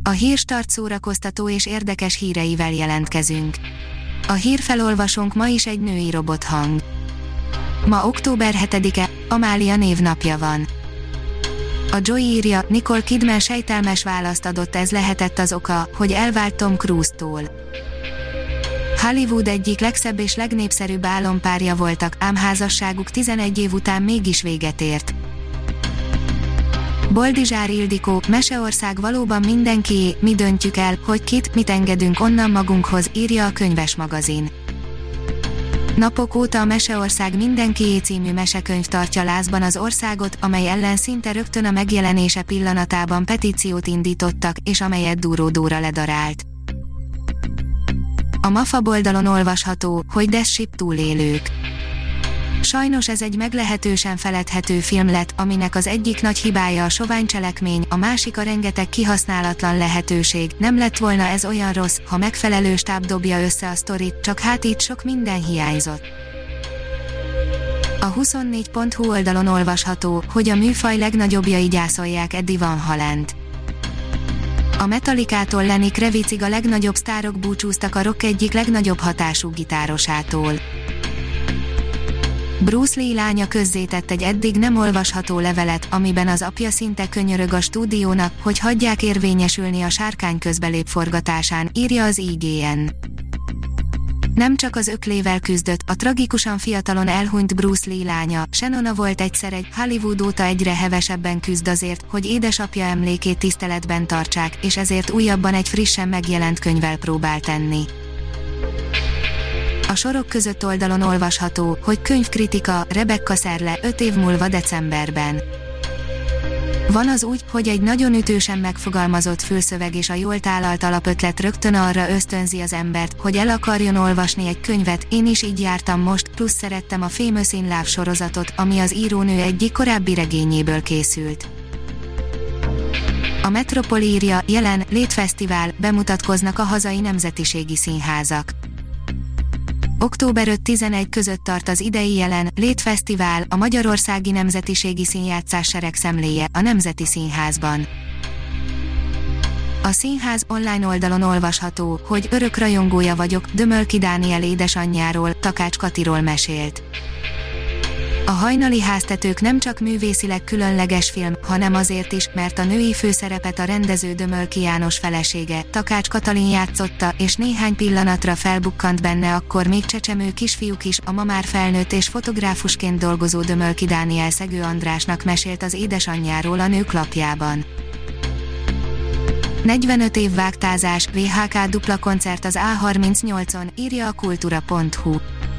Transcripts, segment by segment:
A Hírstart szórakoztató és érdekes híreivel jelentkezünk. A hírfelolvasónk ma is egy női robothang. Ma október 7-e, Amália névnapja van. A Joy írja, Nicole Kidman sejtelmes választ adott, ez lehetett az oka, hogy elvált Tom Cruise-tól. Hollywood egyik legszebb és legnépszerűbb álompárja voltak, ám házasságuk 11 év után mégis véget ért. Boldizsár Ildikó, Meseország valóban mindenkié, mi döntjük el, hogy kit, mit engedünk onnan magunkhoz, írja a Könyves magazin. Napok óta a Meseország mindenkié című mesekönyv tartja lázban az országot, amely ellen szinte rögtön a megjelenése pillanatában petíciót indítottak, és amelyet Dúró Dóra ledarált. A Mafab oldalon olvasható, hogy Death Ship túlélők. Sajnos ez egy meglehetősen feledhető film lett, aminek az egyik nagy hibája a sovány cselekmény, a másik a rengeteg kihasználatlan lehetőség. Nem lett volna ez olyan rossz, ha megfelelő stáb dobja össze a sztorit, csak hát itt sok minden hiányzott. A 24.hu oldalon olvasható, hogy a műfaj legnagyobbjai gyászolják Eddie Van Halent. A Metallicától Lenny Kravitzig a legnagyobb sztárok búcsúztak a rock egyik legnagyobb hatású gitárosától. Bruce Lee lánya közzétett egy eddig nem olvasható levelet, amiben az apja szinte könyörög a stúdiónak, hogy hagyják érvényesülni a Sárkány közbelép forgatásán, írja az IGN. Nem csak az öklével küzdött, a tragikusan fiatalon elhunyt Bruce Lee lánya, Shannon volt egyszer egy, Hollywood óta egyre hevesebben küzd azért, hogy édesapja emlékét tiszteletben tartsák, és ezért újabban egy frissen megjelent könyvvel próbál tenni. A sorok között oldalon olvasható, hogy könyvkritika, Rebecca Serle 5 év múlva decemberben. Van az úgy, hogy egy nagyon ütősen megfogalmazott fülszöveg és a jól tálalt alapötlet rögtön arra ösztönzi az embert, hogy el akarjon olvasni egy könyvet, én is így jártam most, plusz szerettem a Famous in Love sorozatot, ami az írónő egyik korábbi regényéből készült. A Metropol írja, jelen, Létfesztivál, bemutatkoznak a hazai nemzetiségi színházak. Október 5-11 között tart az idei jelen, Létfesztivál, a Magyarországi Nemzetiségi Színjátszás seregszemléje, a Nemzeti Színházban. A színház online oldalon olvasható, hogy örök rajongója vagyok, Dömölki Dániel édesanyjáról, Takács Katiról mesélt. A Hajnali háztetők nem csak művészileg különleges film, hanem azért is, mert a női főszerepet a rendező Dömölki János felesége, Takács Katalin játszotta, és néhány pillanatra felbukkant benne akkor még csecsemő kisfiúk is, a ma már felnőtt és fotográfusként dolgozó Dömölki Dániel Szegő Andrásnak mesélt az édesanyjáról a Nők lapjában. 45 év vágtázás, VHK dupla koncert az A38-on, írja a kultura.hu.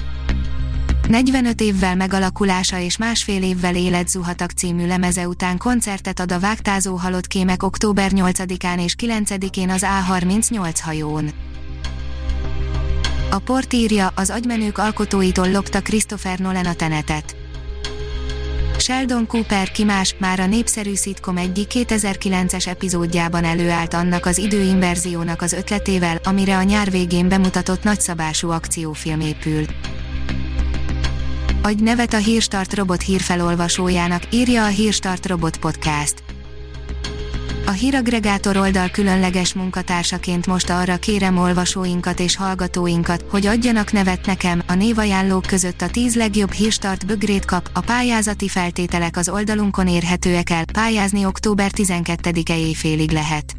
45 évvel megalakulása és másfél évvel életzuhatak című lemeze után koncertet ad a vágtázó halott kémek október 8-án és 9-én az A38 hajón. A Port írja, az agymenők alkotóitól lopta Christopher Nolan a Tenetet. Sheldon Cooper ki más, már a népszerű szitkom egyik 2009-es epizódjában előállt annak az időinverziónak az ötletével, amire a nyár végén bemutatott nagyszabású akciófilm épül. Adj nevet a Hírstart robot hírfelolvasójának, írja a Hírstart Robot Podcast. A híraggregátor oldal különleges munkatársaként most arra kérem olvasóinkat és hallgatóinkat, hogy adjanak nevet nekem, a névajánlók között a 10 legjobb Hírstart bögrét kap, a pályázati feltételek az oldalunkon érhetőek el, pályázni október 12-e éjfélig lehet.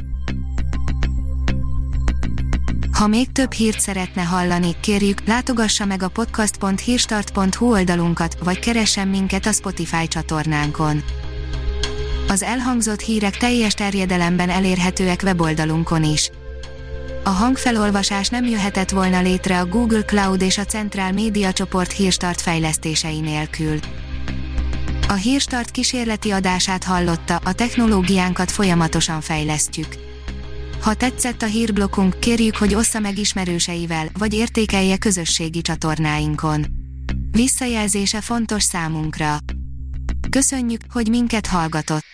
Ha még több hírt szeretne hallani, kérjük, látogassa meg a podcast.hírstart.hu oldalunkat, vagy keressen minket a Spotify csatornánkon. Az elhangzott hírek teljes terjedelemben elérhetőek weboldalunkon is. A hangfelolvasás nem jöhetett volna létre a Google Cloud és a Centrál Média csoport Hírstart fejlesztései nélkül. A Hírstart kísérleti adását hallotta, a technológiánkat folyamatosan fejlesztjük. Ha tetszett a hírblokkunk, kérjük, hogy ossza meg ismerőseivel, vagy értékelje közösségi csatornáinkon. Visszajelzése fontos számunkra. Köszönjük, hogy minket hallgatott!